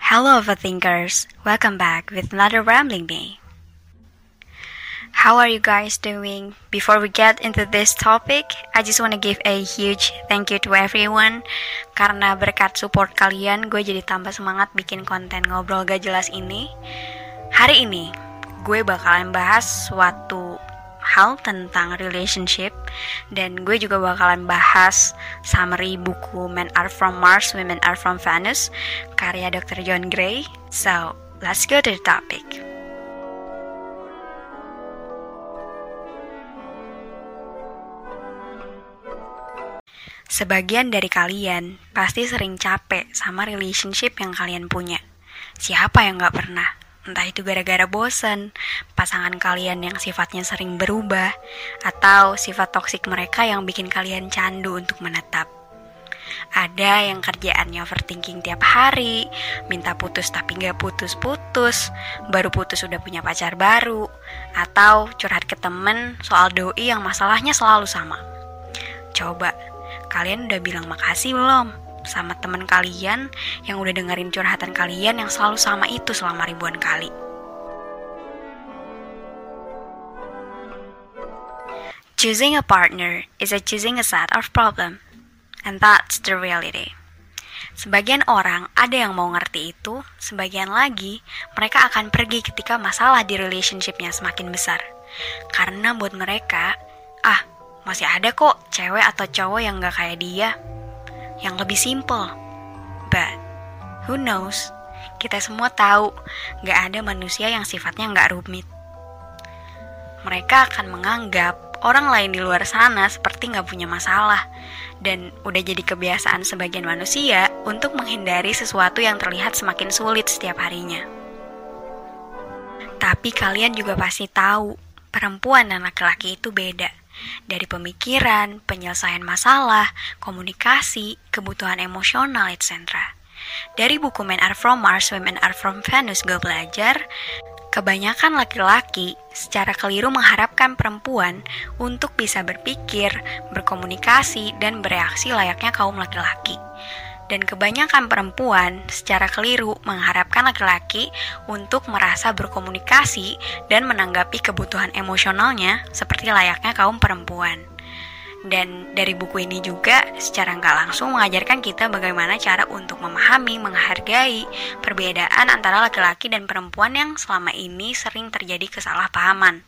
Hello overthinkers, welcome back with another Rambling Me. How are you guys doing? Before we get into this topic, I just want to give a huge thank you to everyone. Karena berkat support kalian, gue jadi tambah semangat bikin konten ngobrol gak jelas ini. Hari ini, gue bakalan bahas suatu hal tentang relationship. Dan gue juga bakalan bahas summary buku Men Are From Mars, Women Are From Venus, karya Dr. John Gray. So, let's go to the topic. Sebagian dari kalian pasti sering capek sama relationship yang kalian punya. Siapa yang gak pernah? Entah itu gara-gara bosen, pasangan kalian yang sifatnya sering berubah, atau sifat toksik mereka yang bikin kalian candu untuk menetap. Ada yang kerjaannya overthinking tiap hari, minta putus tapi gak putus-putus, baru putus udah punya pacar baru, atau curhat ke temen soal doi yang masalahnya selalu sama. Coba, kalian udah bilang makasih belum sama teman kalian yang udah dengerin curhatan kalian yang selalu sama itu selama ribuan kali? Choosing a partner is a choosing a set of problem, and that's the reality. Sebagian orang ada yang mau ngerti itu, sebagian lagi mereka akan pergi ketika masalah di relationshipnya semakin besar. Karena buat mereka, masih ada kok cewek atau cowok yang gak kayak dia, yang lebih simple. But, who knows? Kita semua tahu gak ada manusia yang sifatnya gak rumit. Mereka akan menganggap orang lain di luar sana seperti gak punya masalah. Dan udah jadi kebiasaan sebagian manusia untuk menghindari sesuatu yang terlihat semakin sulit setiap harinya. Tapi kalian juga pasti tahu, perempuan dan laki-laki itu beda. Dari pemikiran, penyelesaian masalah, komunikasi, kebutuhan emosional, etc. Dari buku Men Are From Mars, Women Are From Venus, gue belajar, kebanyakan laki-laki secara keliru mengharapkan perempuan untuk bisa berpikir, berkomunikasi, dan bereaksi layaknya kaum laki-laki. Dan kebanyakan perempuan secara keliru mengharapkan laki-laki untuk merasa berkomunikasi dan menanggapi kebutuhan emosionalnya seperti layaknya kaum perempuan. Dan dari buku ini juga secara nggak langsung mengajarkan kita bagaimana cara untuk memahami, menghargai perbedaan antara laki-laki dan perempuan yang selama ini sering terjadi kesalahpahaman.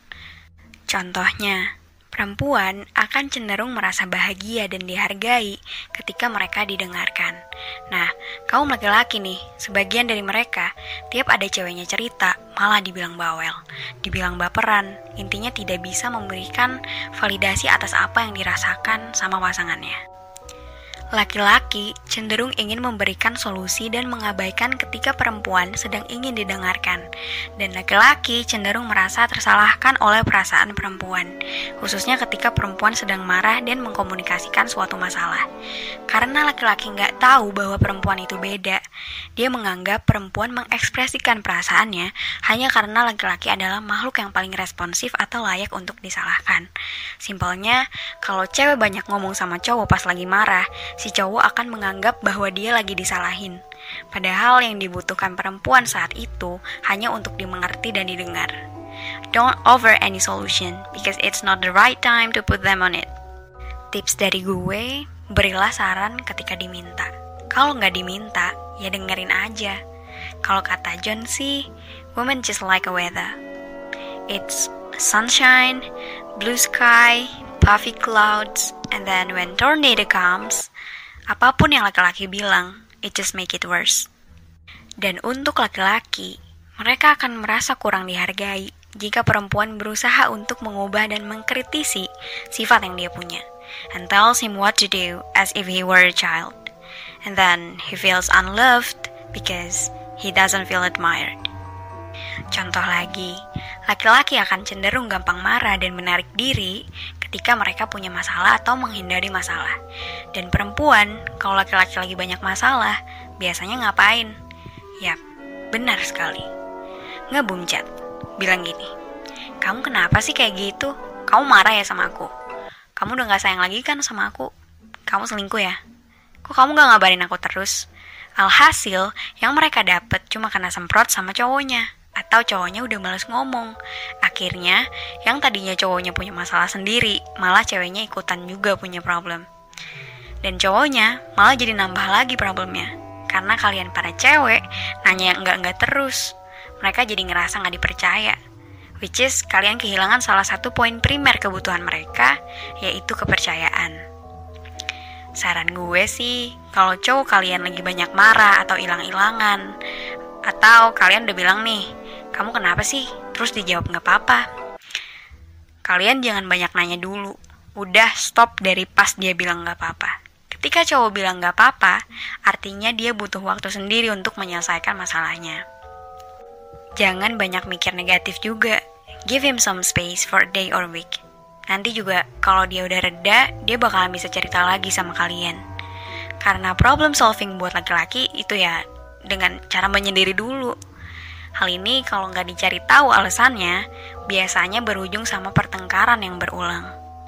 Contohnya, perempuan akan cenderung merasa bahagia dan dihargai ketika mereka didengarkan. Nah, kaum laki-laki nih, sebagian dari mereka, tiap ada ceweknya cerita, malah dibilang bawel, dibilang baperan, intinya tidak bisa memberikan validasi atas apa yang dirasakan sama pasangannya. Laki-laki cenderung ingin memberikan solusi dan mengabaikan ketika perempuan sedang ingin didengarkan. Dan laki-laki cenderung merasa tersalahkan oleh perasaan perempuan, khususnya ketika perempuan sedang marah dan mengkomunikasikan suatu masalah. Karena laki-laki nggak tahu bahwa perempuan itu beda, dia menganggap perempuan mengekspresikan perasaannya hanya karena laki-laki adalah makhluk yang paling responsif atau layak untuk disalahkan. Simpelnya, kalau cewek banyak ngomong sama cowok pas lagi marah, si cowok akan menganggap bahwa dia lagi disalahin. Padahal yang dibutuhkan perempuan saat itu hanya untuk dimengerti dan didengar. Don't offer any solution because it's not the right time to put them on it. Tips dari gue, berilah saran ketika diminta. Kalau nggak diminta, ya dengerin aja. Kalau kata John sih, women just like a weather. It's sunshine, blue sky, puffy clouds, and then when tornado comes, apapun yang laki-laki bilang, it just make it worse. Dan untuk laki-laki, mereka akan merasa kurang dihargai jika perempuan berusaha untuk mengubah dan mengkritisi sifat yang dia punya, and tells him what to do as if he were a child. And then he feels unloved because he doesn't feel admired. Contoh lagi, laki-laki akan cenderung gampang marah dan menarik diri ketika mereka punya masalah atau menghindari masalah. Dan perempuan, kalau laki-laki lagi banyak masalah, biasanya ngapain? Yap, benar sekali. Ngebumcat, bilang gini, "Kamu kenapa sih kayak gitu? Kamu marah ya sama aku? Kamu udah gak sayang lagi kan sama aku? Kamu selingkuh ya?" Kok kamu gak ngabarin aku terus? Alhasil, yang mereka dapet cuma kena semprot sama cowoknya. Atau cowoknya udah males ngomong. Akhirnya, yang tadinya cowoknya punya masalah sendiri, malah ceweknya ikutan juga punya problem. Dan cowoknya malah jadi nambah lagi problemnya. Karena kalian para cewek nanya yang enggak-enggak terus. Mereka jadi ngerasa gak dipercaya. Which is, kalian kehilangan salah satu poin primer kebutuhan mereka, yaitu kepercayaan. Saran gue sih, kalau cowok kalian lagi banyak marah atau hilang-hilangan, atau kalian udah bilang nih, kamu kenapa sih? Terus dijawab gak apa-apa. Kalian jangan banyak nanya dulu. Udah stop dari pas dia bilang gak apa-apa. Ketika cowok bilang gak apa-apa, artinya dia butuh waktu sendiri untuk menyelesaikan masalahnya. Jangan banyak mikir negatif juga. Give him some space for a day or week. Nanti juga kalau dia udah reda, dia bakalan bisa cerita lagi sama kalian. Karena problem solving buat laki-laki itu ya dengan cara menyendiri dulu. Hal ini kalau nggak dicari tahu alasannya, biasanya berujung sama pertengkaran yang berulang.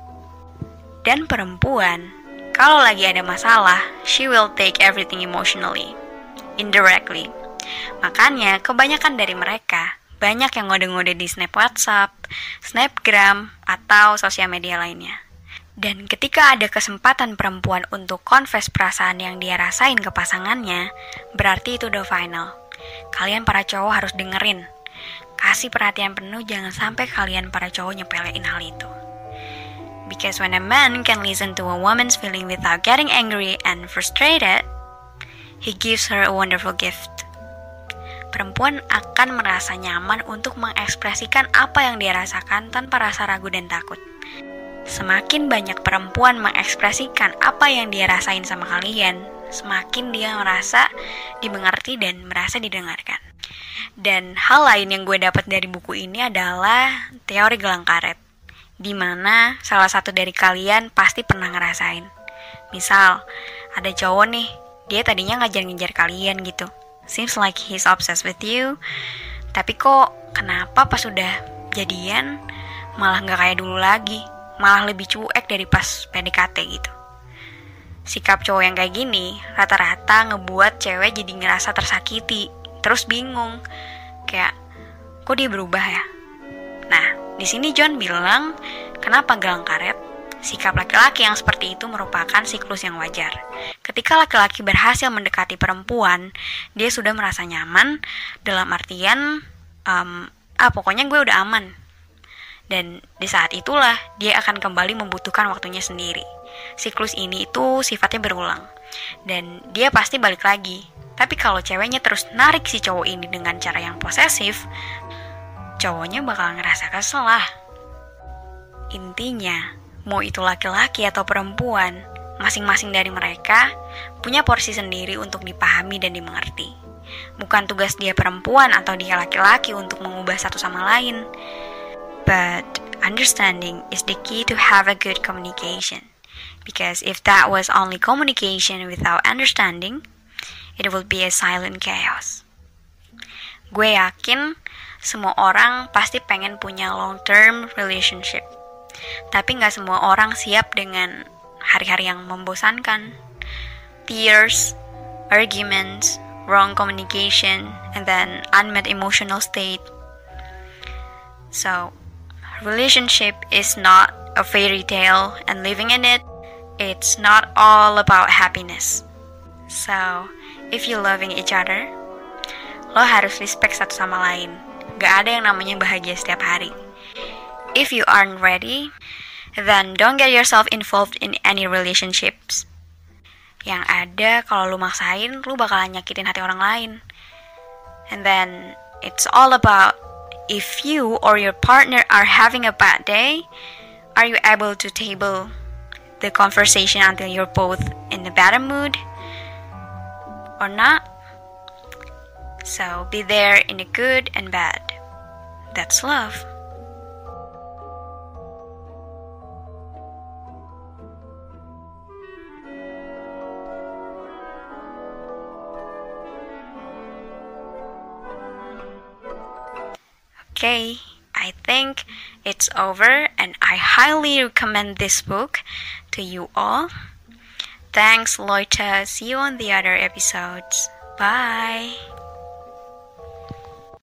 Dan perempuan, kalau lagi ada masalah, she will take everything emotionally, indirectly. Makanya kebanyakan dari mereka banyak yang ngode-ngode di snap WhatsApp, snapgram, atau sosial media lainnya. Dan ketika ada kesempatan perempuan untuk confess perasaan yang dia rasain ke pasangannya, berarti itu udah final. Kalian para cowok harus dengerin. Kasih perhatian penuh, jangan sampai kalian para cowok nyepelein hal itu. Because when a man can listen to a woman's feeling without getting angry and frustrated, he gives her a wonderful gift. Perempuan akan merasa nyaman untuk mengekspresikan apa yang dia rasakan tanpa rasa ragu dan takut. Semakin banyak perempuan mengekspresikan apa yang dia rasain sama kalian, semakin dia merasa dimengerti dan merasa didengarkan. Dan hal lain yang gue dapat dari buku ini adalah teori gelang karet, di mana salah satu dari kalian pasti pernah ngerasain. Misal, ada cowok nih, dia tadinya ngejar-ngejar kalian gitu. Seems like he's obsessed with you. Tapi kok kenapa pas udah jadian malah gak kayak dulu lagi, malah lebih cuek dari pas PDKT gitu. Sikap cowok yang kayak gini rata-rata ngebuat cewek jadi ngerasa tersakiti, terus bingung, kayak kok dia berubah ya. Nah, di sini John bilang kenapa gelang karet? Sikap laki-laki yang seperti itu merupakan siklus yang wajar. Ketika laki-laki berhasil mendekati perempuan, dia sudah merasa nyaman, dalam artian, pokoknya gue udah aman. Dan di saat itulah, dia akan kembali membutuhkan waktunya sendiri. Siklus ini itu sifatnya berulang. Dan dia pasti balik lagi. Tapi kalau ceweknya terus narik si cowok ini dengan cara yang posesif, cowoknya bakal ngerasa kesel lah. Intinya, mau itu laki-laki atau perempuan, masing-masing dari mereka punya porsi sendiri untuk dipahami dan dimengerti. Bukan tugas dia perempuan atau dia laki-laki untuk mengubah satu sama lain. But understanding is the key to have a good communication. Because if that was only communication without understanding, it will be a silent chaos. Gue yakin semua orang pasti pengen punya long-term relationship. Tapi gak semua orang siap dengan hari-hari yang membosankan. Tears, arguments, wrong communication, and then unmet emotional state. So, relationship is not a fairy tale, and living in it, it's not all about happiness. So, if you loving each other, lo harus respect satu sama lain. Gak ada yang namanya bahagia setiap hari. If you aren't ready, then don't get yourself involved in any relationships. Yang ada, kalau lu maksain, lu bakalan nyakitin hati orang lain. And then, it's all about if you or your partner are having a bad day, are you able to table the conversation until you're both in a better mood? Or not? So, be there in the good and bad. That's love. Okay, I think it's over and I highly recommend this book to you all. Thanks, Loita. See you on the other episodes. Bye.